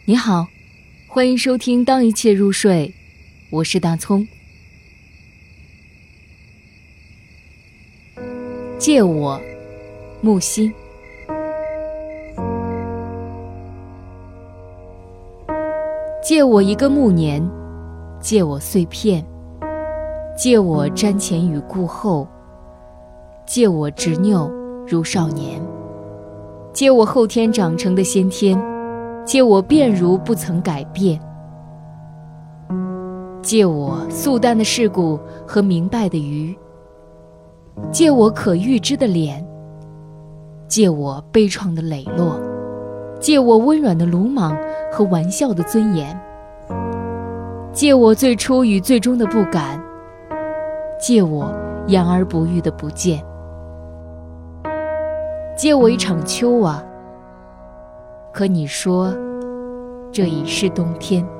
你好，欢迎收听当一切入睡，我是大葱。借我，木心。借我一个暮年，借我碎片，借我瞻前与顾后，借我执拗如少年，借我后天长成的先天，借我变如不曾改变，借我素淡的世故和明白的愚，借我可预知的脸，借我悲怆的磊落，借我温软的鲁莽和玩笑的尊严，借我最初与最终的不敢，借我养而不育的不见，借我一场秋啊，可你说这已是冬天。